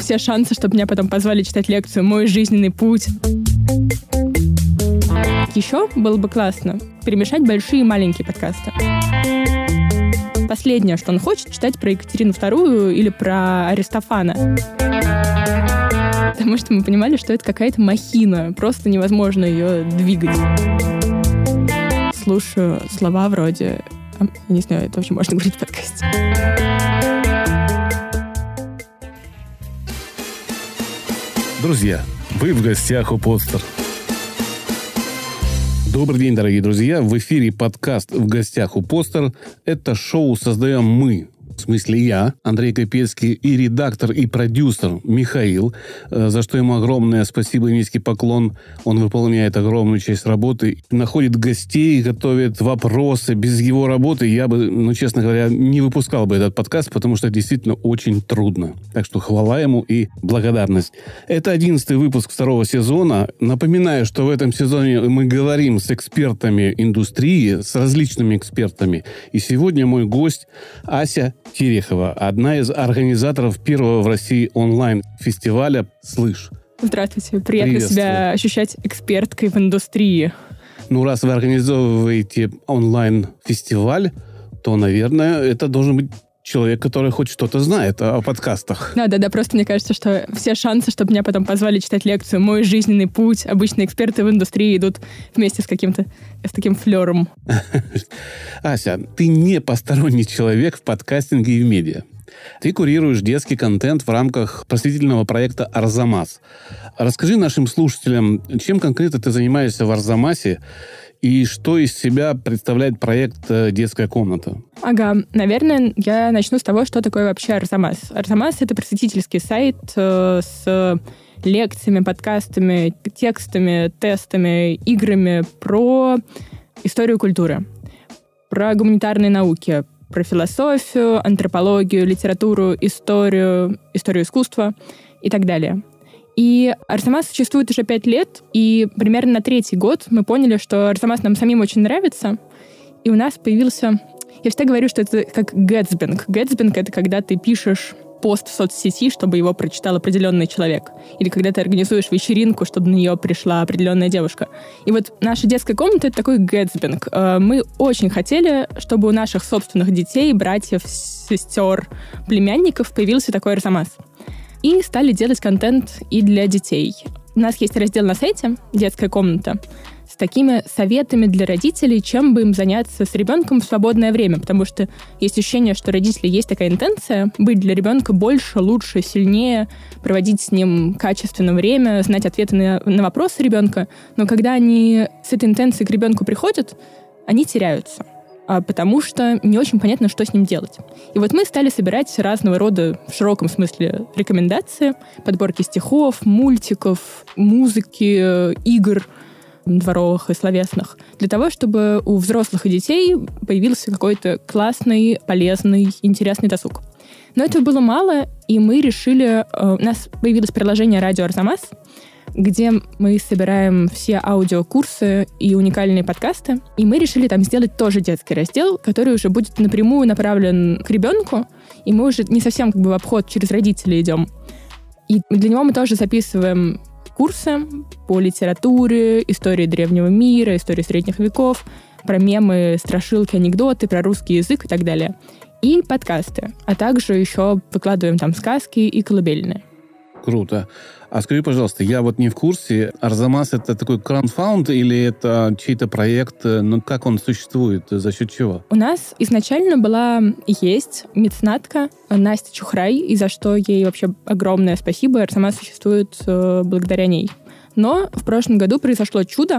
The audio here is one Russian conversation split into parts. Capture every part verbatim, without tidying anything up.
все шансы, чтобы меня потом позвали читать лекцию «Мой жизненный путь». Еще было бы классно перемешать большие и маленькие подкасты. Последнее, что он хочет, читать про Екатерину вторую или про Аристофана. Потому что мы понимали, что это какая-то махина. Просто невозможно ее двигать. Слушаю слова вроде... Я не знаю, это вообще можно говорить в подкасте. Друзья, вы в гостях у Подстер. Добрый день, дорогие друзья. В эфире подкаст «В гостях у Подстер». Это шоу создаем мы. В смысле я, Андрей Капецкий, и редактор, и продюсер Михаил, за что ему огромное спасибо и низкий поклон. Он выполняет огромную часть работы, находит гостей, готовит вопросы. Без его работы я бы, ну, честно говоря, не выпускал бы этот подкаст, потому что это действительно очень трудно. Так что хвала ему и благодарность. Это одиннадцатый выпуск второго сезона. Напоминаю, что в этом сезоне мы говорим с экспертами индустрии, с различными экспертами. И сегодня мой гость Ася Терехова, одна из организаторов первого в России онлайн-фестиваля «Слышь». Здравствуйте. Приятно себя ощущать эксперткой в индустрии. Ну, раз вы организовываете онлайн-фестиваль, то, наверное, это должен быть человек, который хоть что-то знает о подкастах. Да-да-да, просто мне кажется, что все шансы, чтобы меня потом позвали читать лекцию «Мой жизненный путь». Обычно эксперты в индустрии идут вместе с каким-то, с таким флером. Ася, ты не посторонний человек в подкастинге и в медиа. Ты курируешь детский контент в рамках просветительного проекта «Арзамас». Расскажи нашим слушателям, чем конкретно ты занимаешься в Арзамасе и что из себя представляет проект «Детская комната». Ага, наверное, я начну с того, что такое вообще Арзамас. Арзамас — это просветительский сайт э, с лекциями, подкастами, текстами, тестами, играми про историю культуры, про гуманитарные науки, про философию, антропологию, литературу, историю, историю искусства и так далее. И Арзамас существует уже пять лет, и примерно на третий год мы поняли, что Арзамас нам самим очень нравится, и у нас появился... Я всегда говорю, что это как гэтсбинг. Гэтсбинг — это когда ты пишешь пост в соцсети, чтобы его прочитал определенный человек. Или когда ты организуешь вечеринку, чтобы на нее пришла определенная девушка. И вот наша детская комната — это такой гэтсбинг. Мы очень хотели, чтобы у наших собственных детей, братьев, сестер, племянников появился такой Арзамас. И стали делать контент и для детей. У нас есть раздел на сайте «Детская комната» с такими советами для родителей, чем бы им заняться с ребенком в свободное время, потому что есть ощущение, что родители есть такая интенция быть для ребенка больше, лучше, сильнее, проводить с ним качественное время, знать ответы на, на вопросы ребенка, но когда они с этой интенцией к ребенку приходят, они теряются, потому что не очень понятно, что с ним делать. И вот мы стали собирать разного рода, в широком смысле, рекомендации, подборки стихов, мультиков, музыки, игр дворовых и словесных, для того, чтобы у взрослых и детей появился какой-то классный, полезный, интересный досуг. Но этого было мало, и мы решили... У нас появилось приложение «Радио Арзамас», где мы собираем все аудиокурсы и уникальные подкасты. И мы решили там сделать тоже детский раздел, который уже будет напрямую направлен к ребенку, и мы уже не совсем как бы в обход через родителей идем. И для него мы тоже записываем курсы по литературе, истории древнего мира, истории средних веков, про мемы, страшилки, анекдоты, про русский язык и так далее. И подкасты. А также еще выкладываем там сказки и колыбельные. Круто. А скажи, пожалуйста, я вот не в курсе, Арзамас — это такой краундфаунд или это чей-то проект? Ну, как он существует? За счет чего? У нас изначально была и есть меценатка Настя Чухрай, и за что ей вообще огромное спасибо. Арзамас существует э, благодаря ней. Но в прошлом году произошло чудо,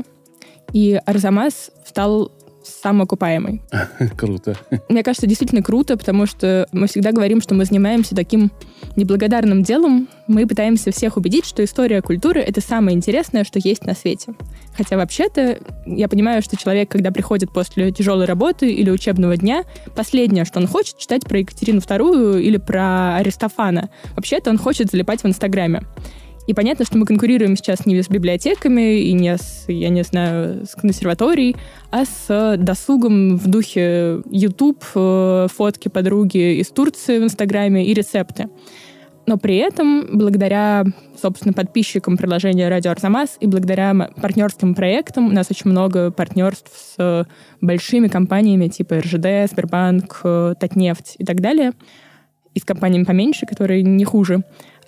и Арзамас стал самоокупаемый. Круто. Мне кажется, действительно круто, потому что мы всегда говорим, что мы занимаемся таким неблагодарным делом. Мы пытаемся всех убедить, что история культуры — это самое интересное, что есть на свете. Хотя вообще-то я понимаю, что человек, когда приходит после тяжелой работы или учебного дня, последнее, что он хочет, читать про Екатерину вторую или про Аристофана. Вообще-то он хочет залипать в Инстаграме. И понятно, что мы конкурируем сейчас не с библиотеками и не с, я не знаю, с консерваторией, а с досугом в духе YouTube, фотки подруги из Турции в Инстаграме и рецепты. Но при этом, благодаря, собственно, подписчикам приложения «Радио Арзамас» и благодаря партнерским проектам у нас очень много партнерств с большими компаниями типа эр жэ дэ, Сбербанк, Татнефть и так далее, и с компаниями поменьше, которые не хуже,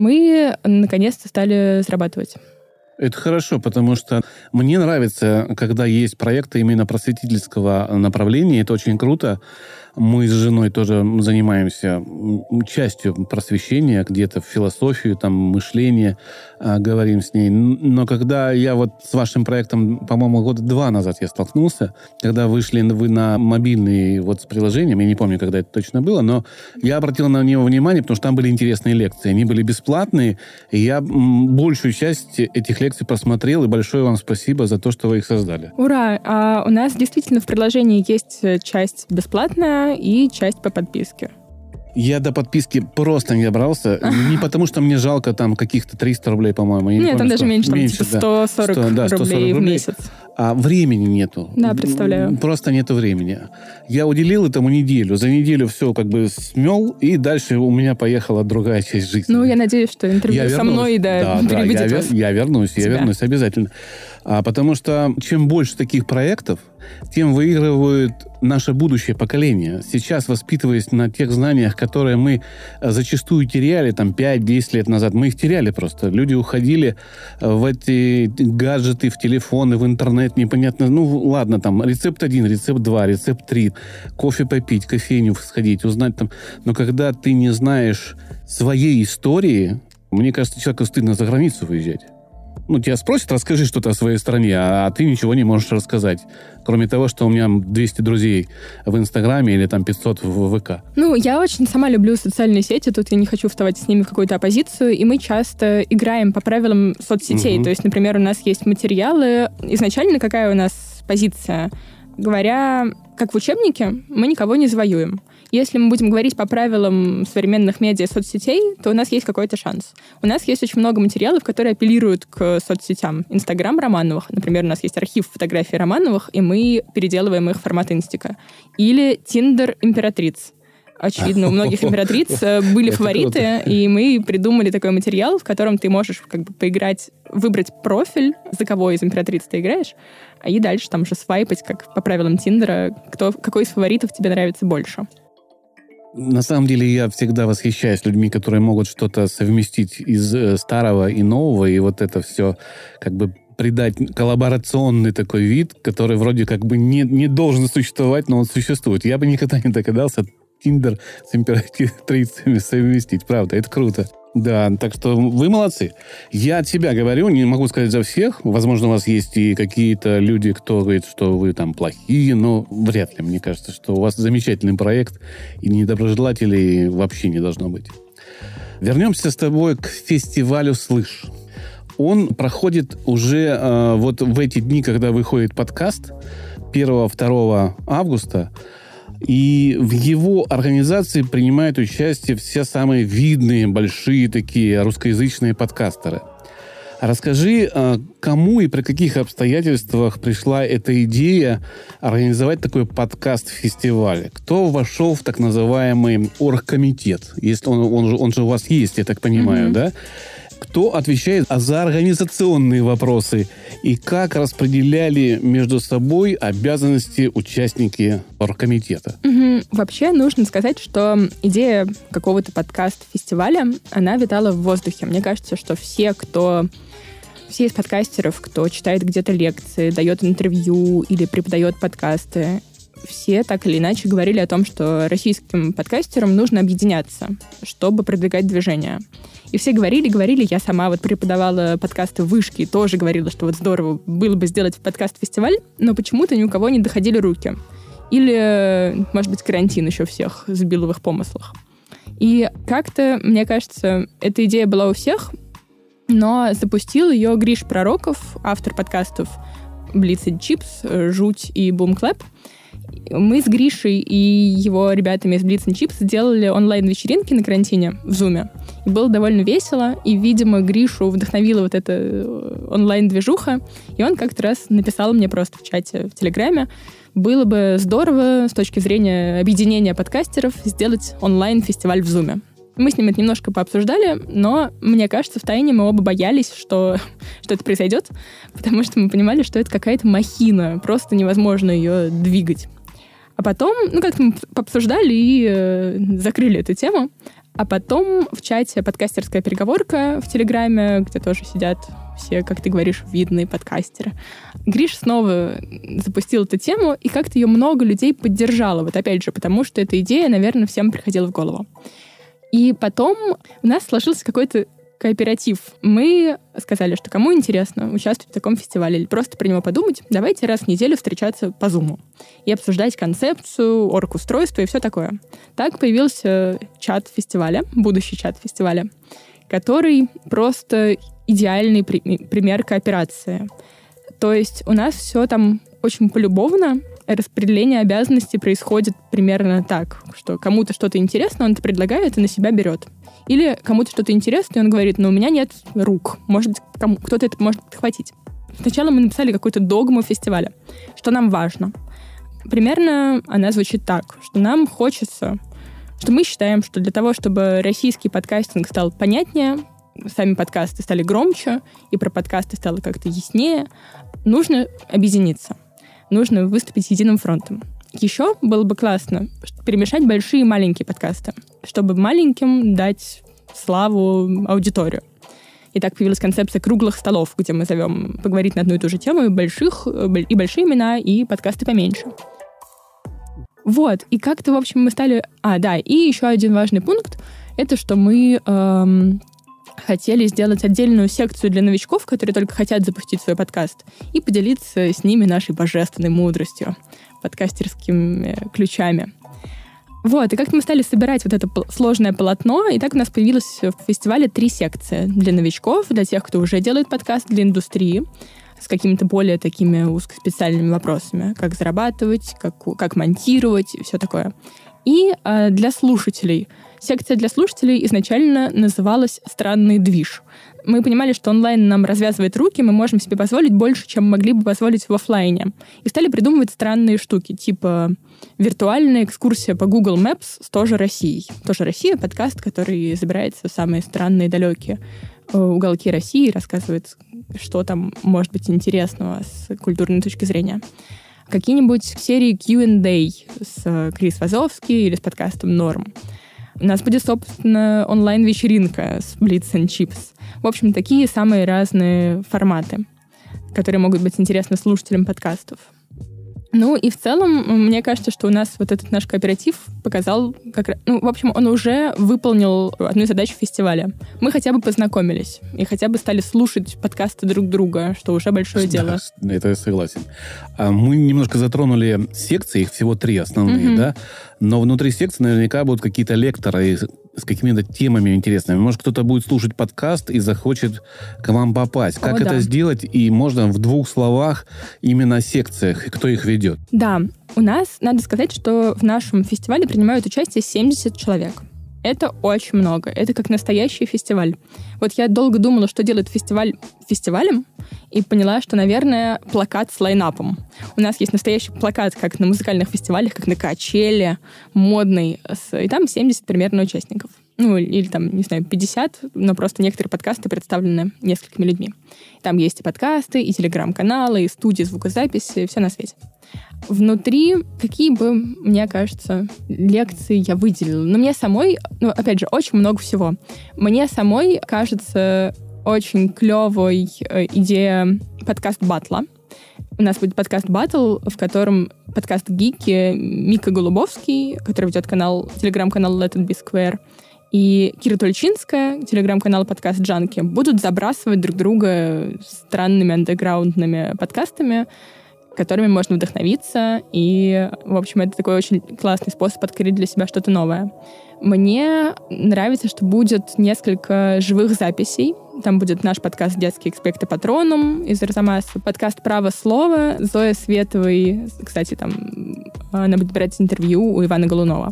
мы наконец-то стали зарабатывать. Это хорошо, потому что мне нравится, когда есть проекты именно просветительского направления. Это очень круто. Мы с женой тоже занимаемся частью просвещения, где-то в философию, там, мышление, э, говорим с ней. Но когда я вот с вашим проектом, по-моему, года два назад я столкнулся, когда вышли вы на мобильный вот с приложением, я не помню, когда это точно было, но я обратил на него внимание, потому что там были интересные лекции. Они были бесплатные, и я большую часть этих лекций просмотрел, и большое вам спасибо за то, что вы их создали. Ура! А у нас действительно в приложении есть часть бесплатная и часть по подписке. Я до подписки просто не добрался. Не потому, что мне жалко там каких-то триста рублей, по-моему. Нет, там даже меньше, там типа сто сорок рублей в месяц. А времени нету. Да, представляю. Просто нету времени. Я уделил этому неделю. За неделю все как бы смел, и дальше у меня поехала другая часть жизни. Ну, я надеюсь, что интервью я со вернусь. мной, да, да переубедит да, я, вас. Я вернусь, я вернусь обязательно. А, потому что чем больше таких проектов, тем выигрывают наше будущее поколение. Сейчас, воспитываясь на тех знаниях, которые мы зачастую теряли там пять-десять лет назад, мы их теряли просто. Люди уходили в эти гаджеты, в телефоны, в интернет, непонятно. Ну, ладно, там, рецепт один, рецепт два, рецепт три, кофе попить, кофейню сходить, узнать там. Но когда ты не знаешь своей истории, мне кажется, человеку стыдно за границу выезжать. Ну, тебя спросят, расскажи что-то о своей стране, а ты ничего не можешь рассказать. Кроме того, что у меня двести друзей в Инстаграме или там пятьсот в ВК. Ну, я очень сама люблю социальные сети, тут я не хочу вставать с ними в какую-то оппозицию, и мы часто играем по правилам соцсетей. Угу. То есть, например, у нас есть материалы. Изначально какая у нас позиция? Говоря, как в учебнике, мы никого не завоюем. Если мы будем говорить по правилам современных медиа и соцсетей, то у нас есть какой-то шанс. У нас есть очень много материалов, которые апеллируют к соцсетям. Инстаграм Романовых. Например, у нас есть архив фотографий Романовых, и мы переделываем их в формат инстика. Или Тиндер императриц. Очевидно, у многих императриц были фавориты, и мы придумали такой материал, в котором ты можешь как бы поиграть, выбрать профиль, за кого из императриц ты играешь, и дальше там уже свайпать, как по правилам Тиндера, кто, какой из фаворитов тебе нравится больше. На самом деле я всегда восхищаюсь людьми, которые могут что-то совместить из старого и нового, и вот это все как бы придать коллаборационный такой вид, который вроде как бы не, не должен существовать, но он существует. Я бы никогда не догадался Тиндер с императрицами совместить. Правда, это круто. Да, так что вы молодцы. Я от себя говорю, не могу сказать за всех. Возможно, у вас есть и какие-то люди, кто говорит, что вы там плохие, но вряд ли. Мне кажется, что у вас замечательный проект, и недоброжелателей вообще не должно быть. Вернемся с тобой к фестивалю «Слышь». Он проходит уже э, вот в эти дни, когда выходит подкаст, первого-второго августа. И в его организации принимают участие все самые видные, большие такие русскоязычные подкастеры. Расскажи, кому и при каких обстоятельствах пришла эта идея организовать такой подкаст-фестиваль? Кто вошел в так называемый оргкомитет? Если он, он, же, он же у вас есть, я так понимаю, mm-hmm. да? Кто отвечает за организационные вопросы и как распределяли между собой обязанности участники оргкомитета? Угу. Вообще нужно сказать, что идея какого-то подкаст-фестиваля, она витала в воздухе. Мне кажется, что все, кто... Все из подкастеров, кто читает где-то лекции, дает интервью или преподает подкасты, все так или иначе говорили о том, что российским подкастерам нужно объединяться, чтобы продвигать движение. И все говорили, говорили, я сама вот преподавала подкасты в вышке и тоже говорила, что вот здорово было бы сделать подкаст-фестиваль, но почему-то ни у кого не доходили руки. Или, может быть, карантин еще всех сбил в их помыслах. И как-то, мне кажется, эта идея была у всех, но запустил ее Гриш Пророков, автор подкастов «Блиц и Чипс», «Жуть» и «Бум Клэп». Мы с Гришей и его ребятами из Blitz and Chips сделали онлайн-вечеринки на карантине в Зуме. И было довольно весело, и, видимо, Гришу вдохновила вот эта онлайн-движуха, и он как-то раз написал мне просто в чате в Телеграме: было бы здорово с точки зрения объединения подкастеров сделать онлайн-фестиваль в Зуме. Мы с ним это немножко пообсуждали, но, мне кажется, втайне мы оба боялись, что, что это произойдет, потому что мы понимали, что это какая-то махина, просто невозможно ее двигать. А потом, ну, как-то мы пообсуждали и э, закрыли эту тему. А потом в чате «Подкастерская переговорка» в Телеграме, где тоже сидят все, как ты говоришь, видные подкастеры, Гриш снова запустил эту тему, и как-то ее много людей поддержало. Вот опять же, потому что эта идея, наверное, всем приходила в голову. И потом у нас сложился какой-то кооператив. Мы сказали, что кому интересно участвовать в таком фестивале или просто про него подумать, давайте раз в неделю встречаться по Зуму и обсуждать концепцию, оргустройство и все такое. Так появился чат фестиваля, будущий чат фестиваля, который просто идеальный при- пример кооперации. То есть у нас все там очень полюбовно, распределение обязанностей происходит примерно так, что кому-то что-то интересно, он это предлагает и на себя берет. Или кому-то что-то интересно, и он говорит, ну, у меня нет рук, может быть, кому- кто-то это может подхватить. Сначала мы написали какую-то догму фестиваля, что нам важно. Примерно она звучит так, что нам хочется, что мы считаем, что для того, чтобы российский подкастинг стал понятнее, сами подкасты стали громче, и про подкасты стало как-то яснее, нужно объединиться. Нужно выступить единым фронтом. Еще было бы классно перемешать большие и маленькие подкасты, чтобы маленьким дать славу аудиторию. И так появилась концепция круглых столов, где мы зовем поговорить на одну и ту же тему и, больших, и большие имена, и подкасты поменьше. Вот. И как-то, в общем, мы стали... А, да, и еще один важный пункт — это что мы... Эм... хотели сделать отдельную секцию для новичков, которые только хотят запустить свой подкаст, и поделиться с ними нашей божественной мудростью, подкастерскими ключами. Вот, и как-то мы стали собирать вот это сложное полотно, и так у нас появилось в фестивале три секции. Для новичков, для тех, кто уже делает подкаст, для индустрии, с какими-то более такими узкоспециальными вопросами, как зарабатывать, как, как монтировать и все такое. И э, для слушателей. Секция для слушателей изначально называлась «Странный движ». Мы понимали, что онлайн нам развязывает руки, мы можем себе позволить больше, чем могли бы позволить в офлайне. И стали придумывать странные штуки, типа виртуальная экскурсия по Google Maps с «Тоже Россией». «Тоже Россия» — подкаст, который забирается в самые странные, далекие уголки России и рассказывает, что там может быть интересного с культурной точки зрения. Какие-нибудь серии кью энд эй с Крис Вазовски или с подкастом «Норм». У нас будет, собственно, онлайн-вечеринка с Blitz and Chips. В общем, такие самые разные форматы, которые могут быть интересны слушателям подкастов. Ну и в целом, мне кажется, что у нас вот этот наш кооператив показал, как, ну, в общем, он уже выполнил одну из задач фестиваля. Мы хотя бы познакомились и хотя бы стали слушать подкасты друг друга, что уже большое да, дело. Это я согласен. Мы немножко затронули секции, их всего три основные, mm-hmm. да? Но внутри секции наверняка будут какие-то лекторы с какими-то темами интересными. Может, кто-то будет слушать подкаст и захочет к вам попасть. Как О, это да. сделать? И можно в двух словах именно о секциях, и кто их ведет? Да, у нас, надо сказать, что в нашем фестивале принимают участие семьдесят человек. Это очень много. Это как настоящий фестиваль. Вот я долго думала, что делает фестиваль фестивалем, и поняла, что, наверное, плакат с лайнапом. У нас есть настоящий плакат, как на музыкальных фестивалях, как на Коачелле, модный, и там семьдесят примерно участников. Ну, или там, не знаю, пятьдесят, но просто некоторые подкасты представлены несколькими людьми. Там есть и подкасты, и телеграм-каналы, и студии звукозаписи, все на свете. Внутри какие бы, мне кажется, лекции я выделила? Но мне самой, ну, опять же, очень много всего. Мне самой кажется очень клевой идея подкаст-баттла. У нас будет подкаст-баттл, в котором подкаст-гики Мика Голубовский, который ведет канал, телеграм-канал Let It Be Square, и Кира Тульчинская, телеграм-канал подкаст Джанки, будут забрасывать друг друга странными андеграундными подкастами, которыми можно вдохновиться. И, в общем, это такой очень классный способ открыть для себя что-то новое. Мне нравится, что будет несколько живых записей. Там будет наш подкаст «Детский экспекты патроном» из Арзамаса, подкаст «Право слова» Зоя Световой. Кстати, там она будет брать интервью у Ивана Голунова.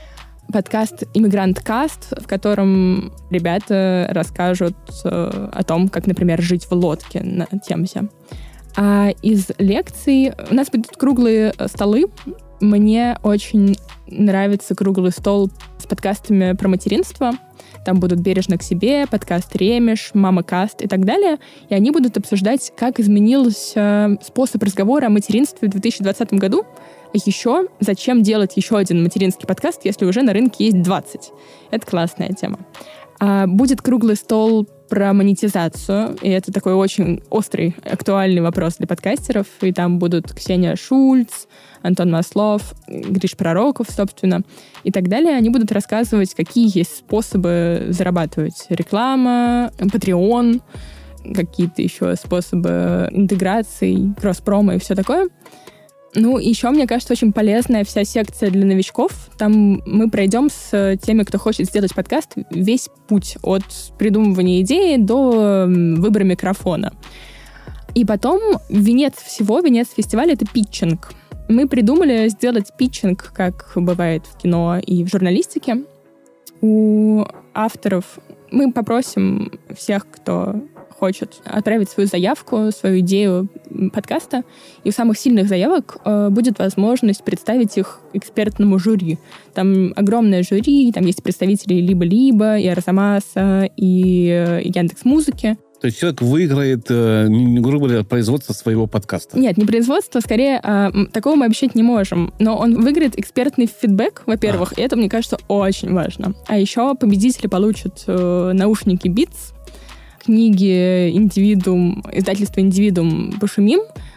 Подкаст «Иммигрант Каст», в котором ребята расскажут э, о том, как, например, жить в лодке на Темзе. А из лекций у нас будут круглые столы, Мне очень нравится круглый стол с подкастами про материнство. Там будут «Бережно к себе», подкаст «Ремеш», «Мама-каст» и так далее. И они будут обсуждать, как изменился способ разговора о материнстве в две тысячи двадцатом году. А еще, зачем делать еще один материнский подкаст, если уже на рынке есть двадцать. Это классная тема. А будет круглый стол про монетизацию, и это такой очень острый, актуальный вопрос для подкастеров. И там будут Ксения Шульц, Антон Маслов, Гриш Пророков, собственно, и так далее. Они будут рассказывать, какие есть способы зарабатывать. Реклама, Patreon, какие-то еще способы интеграции, кросс-промо и все такое. Ну, еще, мне кажется, очень полезная вся секция для новичков. Там мы пройдем с теми, кто хочет сделать подкаст, весь путь от придумывания идеи до выбора микрофона. И потом венец всего, венец фестиваля — это питчинг. Мы придумали сделать питчинг, как бывает в кино и в журналистике. У авторов мы попросим всех, кто хочет отправить свою заявку, свою идею подкаста, и у самых сильных заявок э, будет возможность представить их экспертному жюри. Там огромное жюри, там есть представители либо-либо, и Арзамаса, и э, Яндекс.Музыки. То есть человек выиграет, э, грубо говоря, производство своего подкаста? Нет, не производство, скорее, э, такого мы обещать не можем. Но он выиграет экспертный фидбэк, во-первых, а. и это, мне кажется, очень важно. А еще победители получат э, наушники Beats, книги «Индивидуум», издательство «Индивидуум» «Пошумим».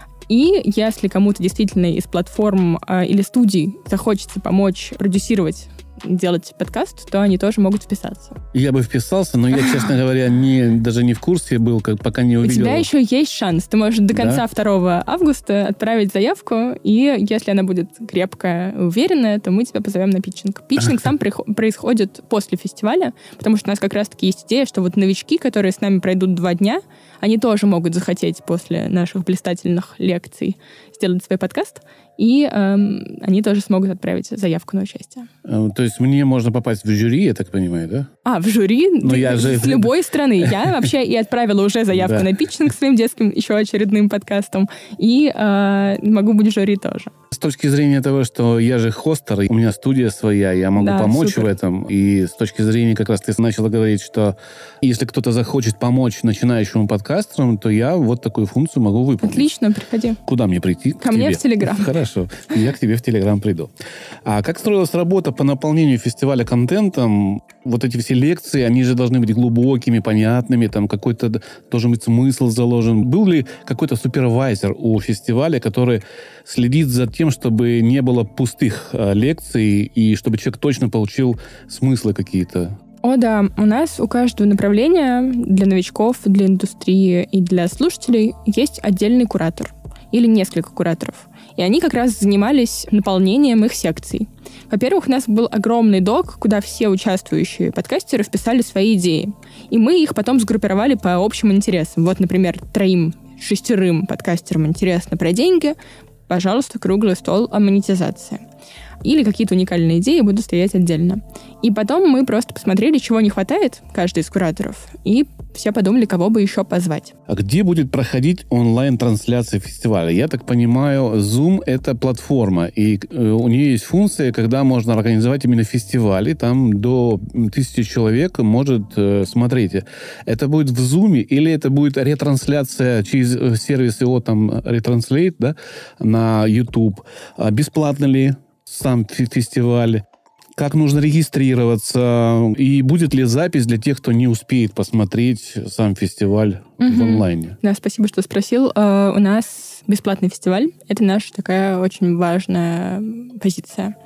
И если кому-то действительно из платформ э, или студий захочется помочь продюсировать, делать подкаст, то они тоже могут вписаться. Я бы вписался, но я, честно говоря, не, даже не в курсе был, как, пока не увидел. У тебя еще есть шанс. Ты можешь до конца да? второго августа отправить заявку, и если она будет крепкая и уверенная, то мы тебя позовем на питчинг. Питчинг сам приход- происходит после фестиваля, потому что у нас как раз-таки есть идея, что вот новички, которые с нами пройдут два дня, они тоже могут захотеть после наших блистательных лекций сделать свой подкаст, и эм, они тоже смогут отправить заявку на участие. То есть мне можно попасть в жюри, я так понимаю, да? А, в жюри? Но я же... С любой страны. Я вообще и отправила уже заявку на питчинг своим детским еще очередным подкастом, и э, могу быть в жюри тоже. С точки зрения того, что я же хостер, у меня студия своя, я могу да, помочь супер. в этом. И с точки зрения, как раз ты начала говорить, что если кто-то захочет помочь начинающему подкастеру, то я вот такую функцию могу выполнить. Отлично, приходи. Куда мне прийти? Ко мне в Телеграм. Хорошо, я к тебе в Телеграм приду. А как строилась работа по наполнению фестиваля контентом? Вот эти все лекции, они же должны быть глубокими, понятными, там какой-то должен быть смысл заложен. Был ли какой-то супервайзер у фестиваля, который следит за тем, чтобы не было пустых э, лекций и чтобы человек точно получил смыслы какие-то? О, да. У нас у каждого направления для новичков, для индустрии и для слушателей есть отдельный куратор или несколько кураторов. И они как раз занимались наполнением их секций. Во-первых, у нас был огромный док, куда все участвующие подкастеры вписали свои идеи. И мы их потом сгруппировали по общим интересам. Вот, например, троим, шестерым подкастерам интересно про деньги, пожалуйста, круглый стол о монетизации. Или какие-то уникальные идеи будут стоять отдельно. И потом мы просто посмотрели, чего не хватает, каждый из кураторов, и все подумали, кого бы еще позвать. А где будет проходить онлайн-трансляция фестиваля? Я так понимаю, Zoom — это платформа, и э, у нее есть функция, когда можно организовать именно фестивали, там до тысячи человек может э, смотреть. Это будет в Zoom или это будет ретрансляция через сервис ИО, там, Retranslate, да, на YouTube? А бесплатно ли сам фестиваль? Как нужно регистрироваться? И будет ли запись для тех, кто не успеет посмотреть сам фестиваль угу. в онлайне? Да, спасибо, что спросил. Uh, у нас бесплатный фестиваль. Это наша такая очень важная позиция.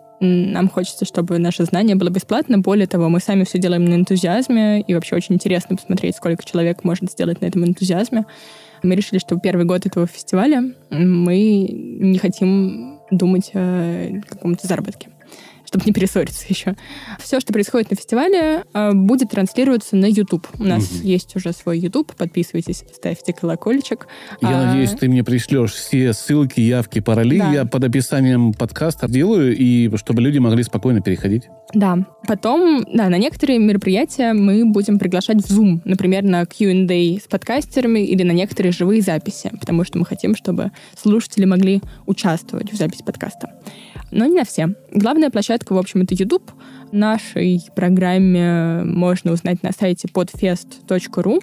Нам хочется, чтобы наше знание было бесплатно. Более того, мы сами все делаем на энтузиазме. И вообще очень интересно посмотреть, сколько человек может сделать на этом энтузиазме. Мы решили, что первый год этого фестиваля мы не хотим думать о каком-то заработке, чтобы не перессориться еще. Все, что происходит на фестивале, будет транслироваться на YouTube. У нас угу. есть уже свой YouTube. Подписывайтесь, ставьте колокольчик. Я а... надеюсь, ты мне пришлешь все ссылки, явки, пароли. Да. Я под описанием подкаста делаю, и чтобы люди могли спокойно переходить. Да. Потом, да, на некоторые мероприятия мы будем приглашать в Zoom. Например, на кью энд эй с подкастерами или на некоторые живые записи, потому что мы хотим, чтобы слушатели могли участвовать в записи подкаста. Но не на все. Главная площадка, в общем, это YouTube. В нашей программе можно узнать на сайте подфест точка ру.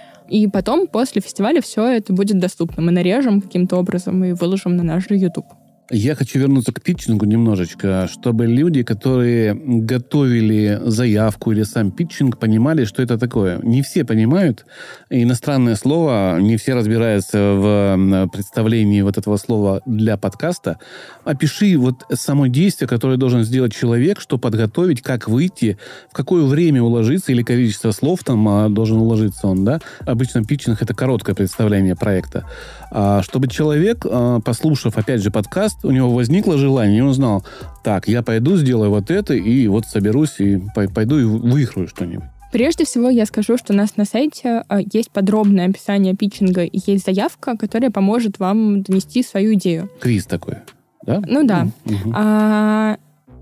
И потом, после фестиваля, все это будет доступно. Мы нарежем каким-то образом и выложим на наш YouTube. Я хочу вернуться к питчингу немножечко, чтобы люди, которые готовили заявку или сам питчинг, понимали, что это такое. Не все понимают иностранное слово, не все разбираются в представлении вот этого слова для подкаста. Опиши вот само действие, которое должен сделать человек, что подготовить, как выйти, в какое время уложиться или количество слов там должен уложиться он, да? Обычно питчинг — это короткое представление проекта. А чтобы человек, послушав, опять же, подкаст, у него возникло желание, и он знал, так, я пойду, сделаю вот это, и вот соберусь, и пойду и выиграю что-нибудь. Прежде всего, я скажу, что у нас на сайте есть подробное описание питчинга, и есть заявка, которая поможет вам донести свою идею. Квиз такой, да? Ну да. Mm-hmm. А,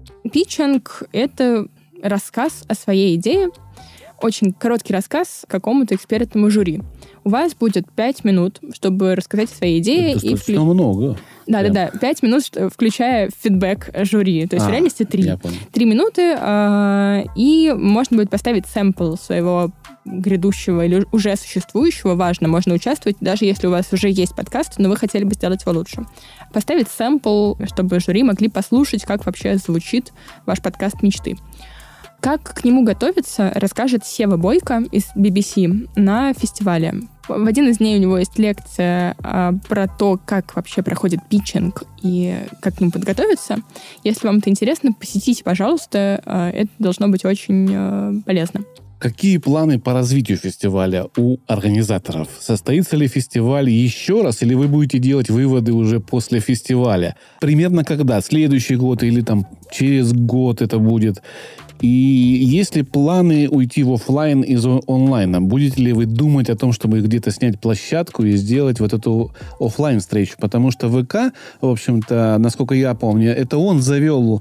питчинг — это рассказ о своей идее, очень короткий рассказ какому-то экспертному жюри. У вас будет пять минут, чтобы рассказать о своей идее. Это достаточно и вклю... много. Да-да-да, пять минут, включая фидбэк жюри. То есть а, в реальности три. Три минуты, э, и можно будет поставить сэмпл своего грядущего или уже существующего. Важно, можно участвовать, даже если у вас уже есть подкаст, но вы хотели бы сделать его лучше. Поставить сэмпл, чтобы жюри могли послушать, как вообще звучит ваш подкаст мечты. Как к нему готовиться, расскажет Сева Бойко из би би си на фестивале. В один из дней у него есть лекция а, про то, как вообще проходит питчинг и как к нему подготовиться. Если вам это интересно, посетите, пожалуйста. А, это должно быть очень а, полезно. Какие планы по развитию фестиваля у организаторов? Состоится ли фестиваль еще раз, или вы будете делать выводы уже после фестиваля? Примерно когда? Следующий год или там через год это будет? И есть ли планы уйти в офлайн из онлайна? Будете ли вы думать о том, чтобы где-то снять площадку и сделать вот эту офлайн встречу? Потому что ВК, в общем-то, насколько я помню, это он завел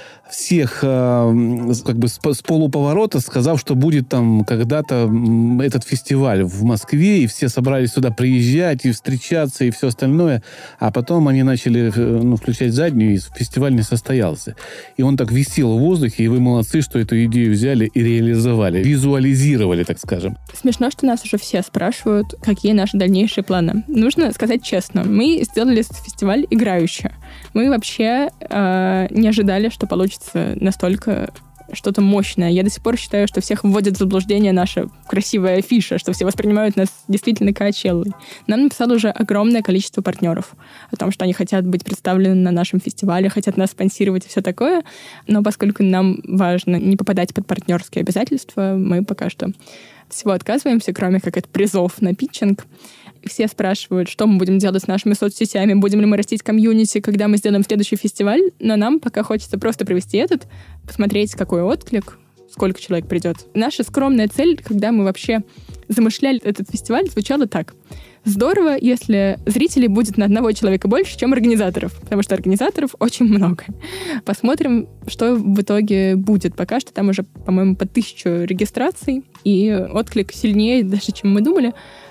всех э, как бы с, с полуповорота, сказав, что будет там когда-то этот фестиваль в Москве, и все собрались сюда приезжать и встречаться, и все остальное. А потом они начали ну, включать заднюю, и фестиваль не состоялся. И он так висел в воздухе, и вы молодцы, что эту идею взяли и реализовали, визуализировали, так скажем. Смешно, что нас уже все спрашивают, какие наши дальнейшие планы. Нужно сказать честно, мы сделали этот фестиваль играюще. Мы вообще э, не ожидали, что получится настолько что-то мощное. Я до сих пор считаю, что всех вводит в заблуждение наша красивая афиша, что все воспринимают нас действительно Коачеллой. Нам написало уже огромное количество партнеров о том, что они хотят быть представлены на нашем фестивале, хотят нас спонсировать и все такое. Но поскольку нам важно не попадать под партнерские обязательства, мы пока что всего отказываемся, кроме как от призов на питчинг. Все спрашивают, что мы будем делать с нашими соцсетями, будем ли мы растить комьюнити, когда мы сделаем следующий фестиваль. Но нам пока хочется просто провести этот, посмотреть, какой отклик, сколько человек придет. Наша скромная цель, когда мы вообще замышляли этот фестиваль, звучала так. Здорово, если зрителей будет на одного человека больше, чем организаторов, потому что организаторов очень много. Посмотрим, что в итоге будет. Пока что там уже, по-моему, по тысячу регистраций, и отклик сильнее даже, чем мы думали.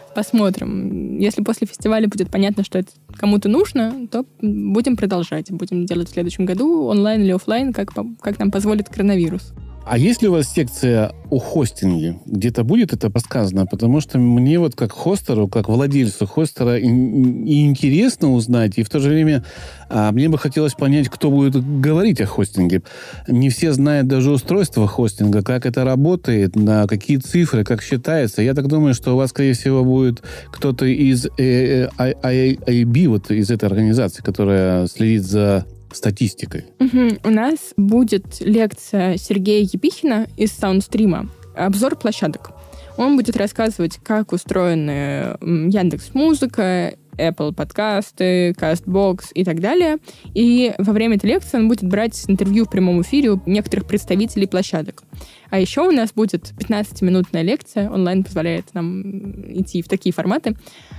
Посмотрим. Если после фестиваля будет понятно, что это кому-то нужно, то будем продолжать. Будем делать в следующем году онлайн или офлайн, как, как нам позволит коронавирус. А есть ли у вас секция о хостинге? Где-то будет это рассказано? Потому что мне вот как хостеру, как владельцу хостера и, и интересно узнать, и в то же время а, мне бы хотелось понять, кто будет говорить о хостинге. Не все знают даже устройство хостинга, как это работает, на какие цифры, как считается. Я так думаю, что у вас, скорее всего, будет кто-то из э, ай эй би, вот из этой организации, которая следит за статистикой. Угу. У нас будет лекция Сергея Епихина из Саундстрима. Обзор площадок. Он будет рассказывать, как устроены Яндекс.Музыка, Apple подкасты, Castbox и так далее. И во время этой лекции он будет брать интервью в прямом эфире у некоторых представителей площадок. А еще у нас будет пятнадцатиминутная лекция, онлайн позволяет нам идти в такие форматы,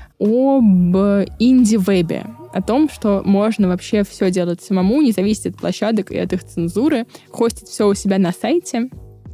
об инди-вебе, о том, что можно вообще все делать самому, не зависеть от площадок и от их цензуры, хостить все у себя на сайте.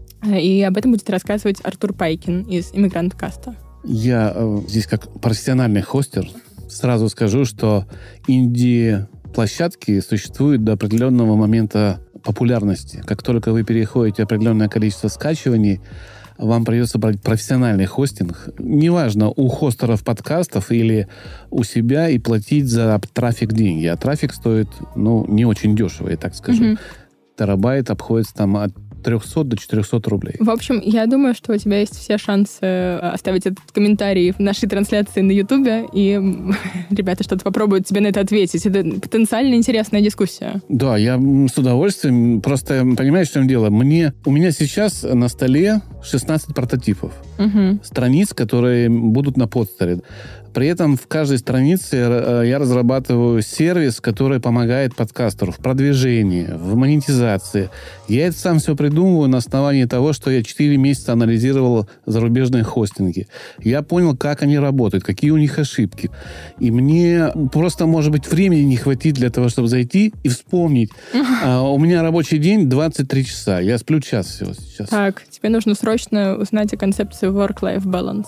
И об этом будет рассказывать Артур Пайкин из Immigrant Cast. Я э, здесь как профессиональный хостер сразу скажу, что инди площадки существуют до определенного момента популярности. Как только вы переходите определенное количество скачиваний, вам придется брать профессиональный хостинг. Неважно, у хостеров подкастов или у себя, и платить за трафик деньги. А трафик стоит, ну, не очень дешево, я так скажу. Mm-hmm. Терабайт обходится там от триста до четыреста рублей. В общем, я думаю, что у тебя есть все шансы оставить этот комментарий в нашей трансляции на Ютубе, и ребята что-то попробуют тебе на это ответить. Это потенциально интересная дискуссия. Да, я с удовольствием. Просто, понимаешь, в чем дело? Мне, у меня сейчас на столе шестнадцать прототипов. Угу. Страниц, которые будут на подстере. При этом в каждой странице я разрабатываю сервис, который помогает подкастеру в продвижении, в монетизации. Я это сам все придумываю на основании того, что я четыре месяца анализировал зарубежные хостинги. Я понял, как они работают, какие у них ошибки. И мне просто, может быть, времени не хватит для того, чтобы зайти и вспомнить. А у меня рабочий день двадцать три часа. Я сплю час всего сейчас. Так, тебе нужно срочно узнать о концепции work-life balance.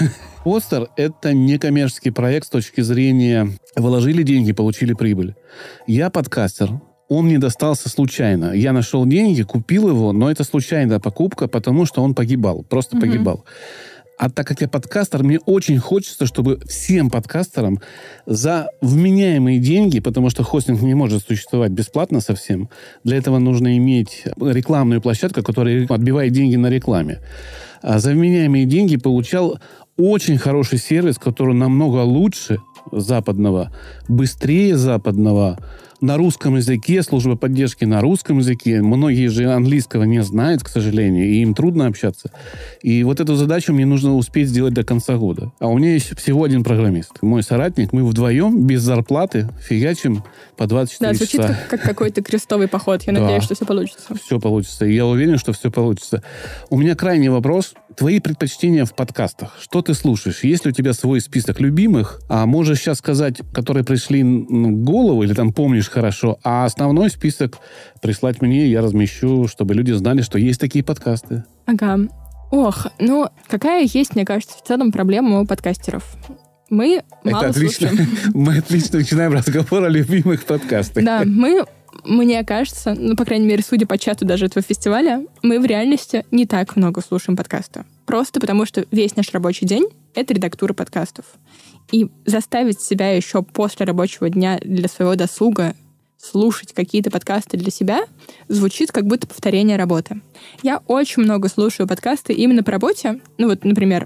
Постер — это некоммерческий проект с точки зрения вложили деньги, получили прибыль. Я подкастер. Он мне достался случайно. Я нашел деньги, купил его, но это случайная покупка, потому что он погибал. Просто mm-hmm. погибал. А так как я подкастер, мне очень хочется, чтобы всем подкастерам за вменяемые деньги, потому что хостинг не может существовать бесплатно совсем, для этого нужно иметь рекламную площадку, которая отбивает деньги на рекламе. А за вменяемые деньги получал очень хороший сервис, который намного лучше западного, быстрее западного, на русском языке, служба поддержки на русском языке. Многие же английского не знают, к сожалению, и им трудно общаться. И вот эту задачу мне нужно успеть сделать до конца года. А у меня есть всего один программист. Мой соратник, мы вдвоем, без зарплаты, фигачим по двадцать четыре часа. Да, звучит как, как какой-то крестовый поход. Я да, надеюсь, что все получится. Все получится. И я уверен, что все получится. У меня крайний вопрос. Твои предпочтения в подкастах. Что ты слушаешь? Есть ли у тебя свой список любимых? А можешь сейчас сказать, которые пришли в голову, или там помнишь хорошо, а основной список прислать мне, я размещу, чтобы люди знали, что есть такие подкасты. Ага. Ох, ну, какая есть, мне кажется, в целом проблема у подкастеров? Мы мало Это отлично. слушаем. Мы отлично начинаем разговор о любимых подкастах. Да, мы... Мне кажется, ну, по крайней мере, судя по чату даже этого фестиваля, мы в реальности не так много слушаем подкасты. Просто потому, что весь наш рабочий день — это редактура подкастов. И заставить себя еще после рабочего дня для своего досуга слушать какие-то подкасты для себя звучит как будто повторение работы. Я очень много слушаю подкасты именно по работе. Ну вот, например,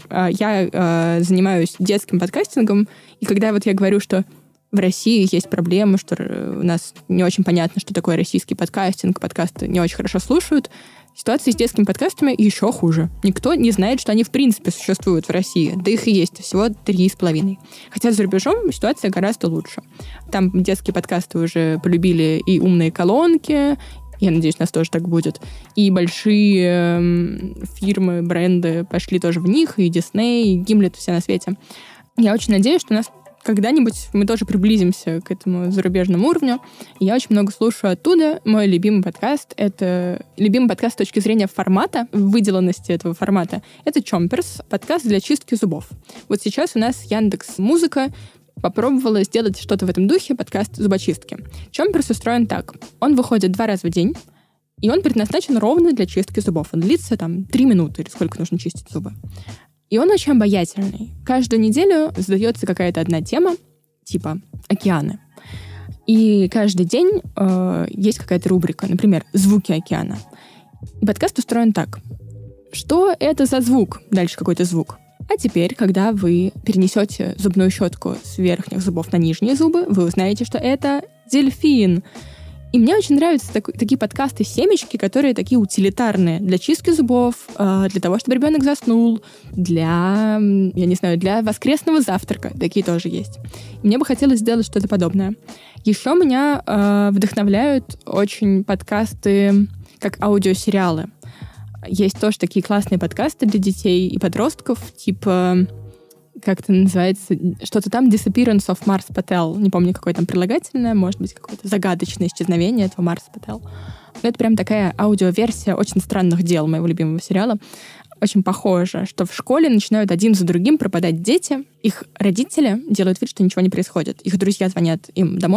я занимаюсь детским подкастингом, и когда вот я говорю, что в России есть проблемы, что у нас не очень понятно, что такое российский подкастинг, подкасты не очень хорошо слушают. Ситуация с детскими подкастами еще хуже. Никто не знает, что они в принципе существуют в России. Да их и есть всего три с половиной. Хотя за рубежом ситуация гораздо лучше. Там детские подкасты уже полюбили и умные колонки, я надеюсь, у нас тоже так будет. И большие фирмы, бренды пошли тоже в них, и Disney, и Gimlet, все на свете. Я очень надеюсь, что у нас когда-нибудь мы тоже приблизимся к этому зарубежному уровню. Я очень много слушаю оттуда. Мой любимый подкаст — это... Любимый подкаст с точки зрения формата, выделенности этого формата — это Chompers, подкаст для чистки зубов. Вот сейчас у нас Яндекс.Музыка попробовала сделать что-то в этом духе, подкаст зубочистки. Chompers устроен так. Он выходит два раза в день, и он предназначен ровно для чистки зубов. Он длится там три минуты, или сколько нужно чистить зубы. И он очень обаятельный. Каждую неделю задается какая-то одна тема, типа океаны. И каждый день э, есть какая-то рубрика, например, «Звуки океана». И подкаст устроен так. Что это за звук? Дальше какой-то звук. А теперь, когда вы перенесете зубную щетку с верхних зубов на нижние зубы, вы узнаете, что это дельфин. И мне очень нравятся так, такие подкасты-семечки, которые такие утилитарные для чистки зубов, э, для того, чтобы ребенок заснул, для, я не знаю, для воскресного завтрака. Такие тоже есть. И мне бы хотелось сделать что-то подобное. Еще меня э, вдохновляют очень подкасты, как аудиосериалы. Есть тоже такие классные подкасты для детей и подростков, типа... Как это называется? Что-то там Disappearance of Mars Patel. Не помню, какое там прилагательное. Может быть, какое-то загадочное исчезновение этого Марс Пател. Это прям такая аудиоверсия очень странных дел моего любимого сериала. Очень похоже, что в школе начинают один за другим пропадать дети. Их родители делают вид, что ничего не происходит. Их друзья звонят им домой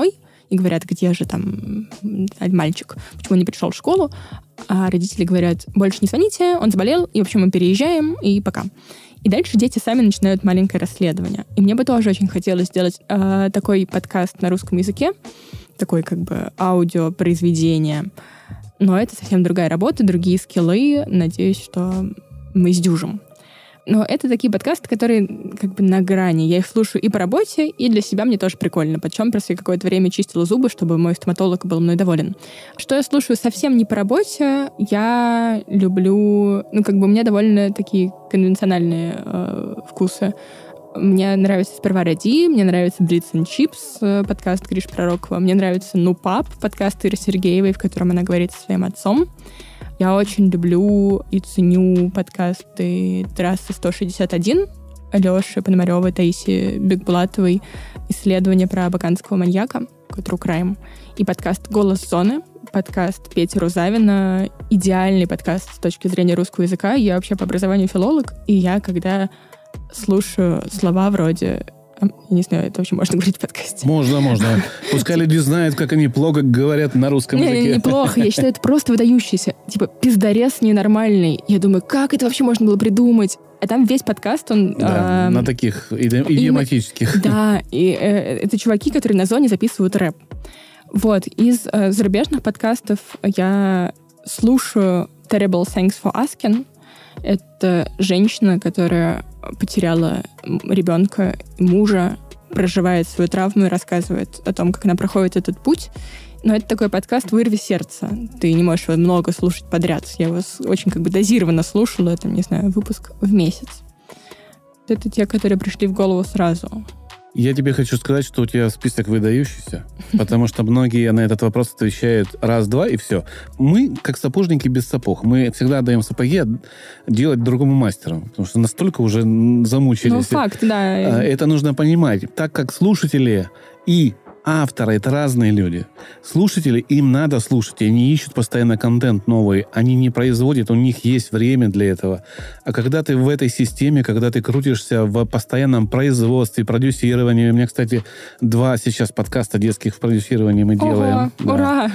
и говорят, где же там мальчик, почему он не пришел в школу, а родители говорят, больше не звоните, он заболел, и, в общем, мы переезжаем, и пока. И дальше дети сами начинают маленькое расследование. И мне бы тоже очень хотелось сделать э, такой подкаст на русском языке, такой как бы аудиопроизведение. Но это совсем другая работа, другие скиллы. Надеюсь, что мы сдюжим. Но это такие подкасты, которые как бы на грани. Я их слушаю и по работе, и для себя мне тоже прикольно. Причем просто я какое-то время чистила зубы, чтобы мой стоматолог был мной доволен. Что я слушаю совсем не по работе, я люблю... Ну, как бы у меня довольно такие конвенциональные э, вкусы. Мне нравится «Сперва ради», мне нравится «Blitz and Chips», подкаст Гриши Пророкова, мне нравится «Ну, пап», подкаст Иры Сергеевой, в котором она говорит со своим отцом. Я очень люблю и ценю подкасты «Трасса сто шестьдесят один», Алёши Пономарёвой, Таисии Бекбулатовой, исследование про абаканского маньяка, True Crime, и подкаст «Голос зоны», подкаст Пети Рузавина, идеальный подкаст с точки зрения русского языка. Я вообще по образованию филолог, и я, когда слушаю слова вроде... Я не знаю, это вообще можно говорить в подкасте? Можно, можно. Пускай люди знают, как они плохо говорят на русском языке. Не, неплохо. Я считаю, это просто выдающийся. Типа, пиздорез ненормальный. Я думаю, как это вообще можно было придумать? А там весь подкаст, он... Да, э, на таких идиоматических. И, да, и э, это чуваки, которые на зоне записывают рэп. Вот. Из э, зарубежных подкастов я слушаю Terrible Thanks for Asking. Это женщина, которая потеряла ребенка и мужа, проживает свою травму и рассказывает о том, как она проходит этот путь. Но это такой подкаст «Вырви сердце». Ты не можешь его много слушать подряд. Я его очень как бы дозированно слушала, это, не знаю, выпуск в месяц. Это те, которые пришли в голову сразу. Я тебе хочу сказать, что у тебя список выдающийся, потому что многие на этот вопрос отвечают раз-два, и все. Мы, как сапожники без сапог, мы всегда даем сапоги делать другому мастеру, потому что настолько уже замучились. Ну, факт, да. Это нужно понимать. Так как слушатели и авторы — это разные люди. Слушатели, им надо слушать, и они ищут постоянно контент новый. Они не производят, у них есть время для этого. А когда ты в этой системе, когда ты крутишься в постоянном производстве, продюсировании... У меня, кстати, два сейчас подкаста детских в продюсировании мы Ого, делаем. Да. Ура!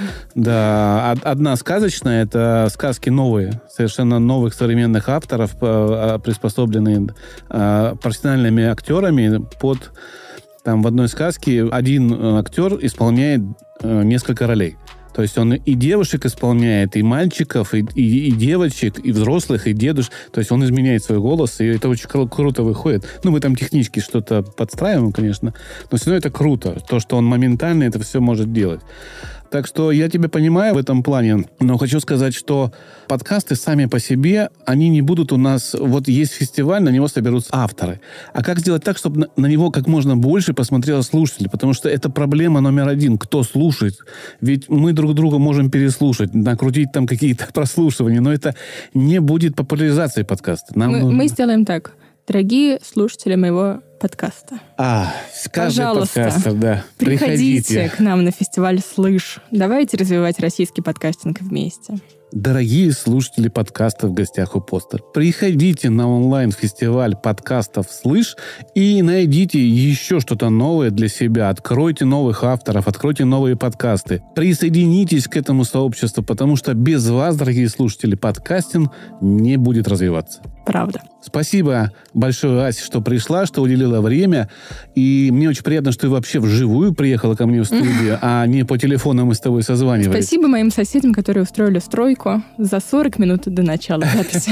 Да. Одна сказочная, это сказки новые, совершенно новых современных авторов, приспособленные профессиональными актерами под... Там в одной сказке один актер исполняет э, несколько ролей. То есть он и девушек исполняет, и мальчиков, и, и, и девочек, и взрослых, и дедушек. То есть он изменяет свой голос, и это очень кру- круто выходит. Ну, мы там технически что-то подстраиваем, конечно, но все равно это круто. То, что он моментально это все может делать. Так что я тебя понимаю в этом плане, но хочу сказать, что подкасты сами по себе, они не будут у нас... Вот есть фестиваль, на него соберутся авторы. А как сделать так, чтобы на, на него как можно больше посмотрело слушателей? Потому что это проблема номер один. Кто слушает? Ведь мы друг друга можем переслушать, накрутить там какие-то прослушивания, но это не будет популяризации подкаста. Нам мы, нужно... мы сделаем так. Дорогие слушатели моего подкаста. А, каждый пожалуйста, подкастер, да. Приходите, приходите к нам на фестиваль «Слышь». Давайте развивать российский подкастинг вместе. Дорогие слушатели подкаста «В гостях у Постер», приходите на онлайн-фестиваль подкастов «Слышь» и найдите еще что-то новое для себя. Откройте новых авторов, откройте новые подкасты. Присоединитесь к этому сообществу, потому что без вас, дорогие слушатели, подкастинг не будет развиваться. Правда. Спасибо большое, Ася, что пришла, что уделила время. И мне очень приятно, что ты вообще вживую приехала ко мне в студию, а не по телефону мы с тобой созванивались. Спасибо моим соседям, которые устроили стройку за сорок минут до начала записи.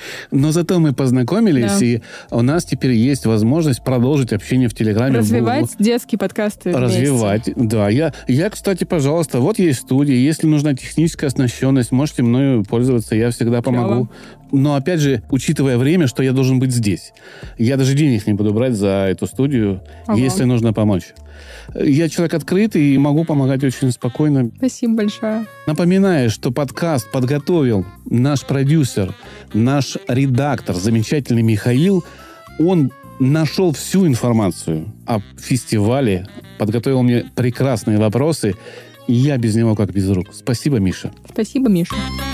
Но зато мы познакомились, Да. и у нас теперь есть возможность продолжить общение в Телеграме. Развивать детские подкасты вместе. Развивать, да. Я, я, кстати, пожалуйста, вот есть студия, если нужна техническая оснащенность, можете мною пользоваться, я всегда помогу. Клево. Но, опять же, учитывая время, что я должен быть здесь. Я даже денег не буду брать за эту студию, Ага. если нужно помочь. Я человек открытый и могу помогать очень спокойно. Спасибо большое. Напоминаю, что подкаст подготовил наш продюсер, наш редактор, замечательный Михаил. Он нашел всю информацию о фестивале, подготовил мне прекрасные вопросы, и я без него как без рук. Спасибо, Миша. Спасибо, Миша.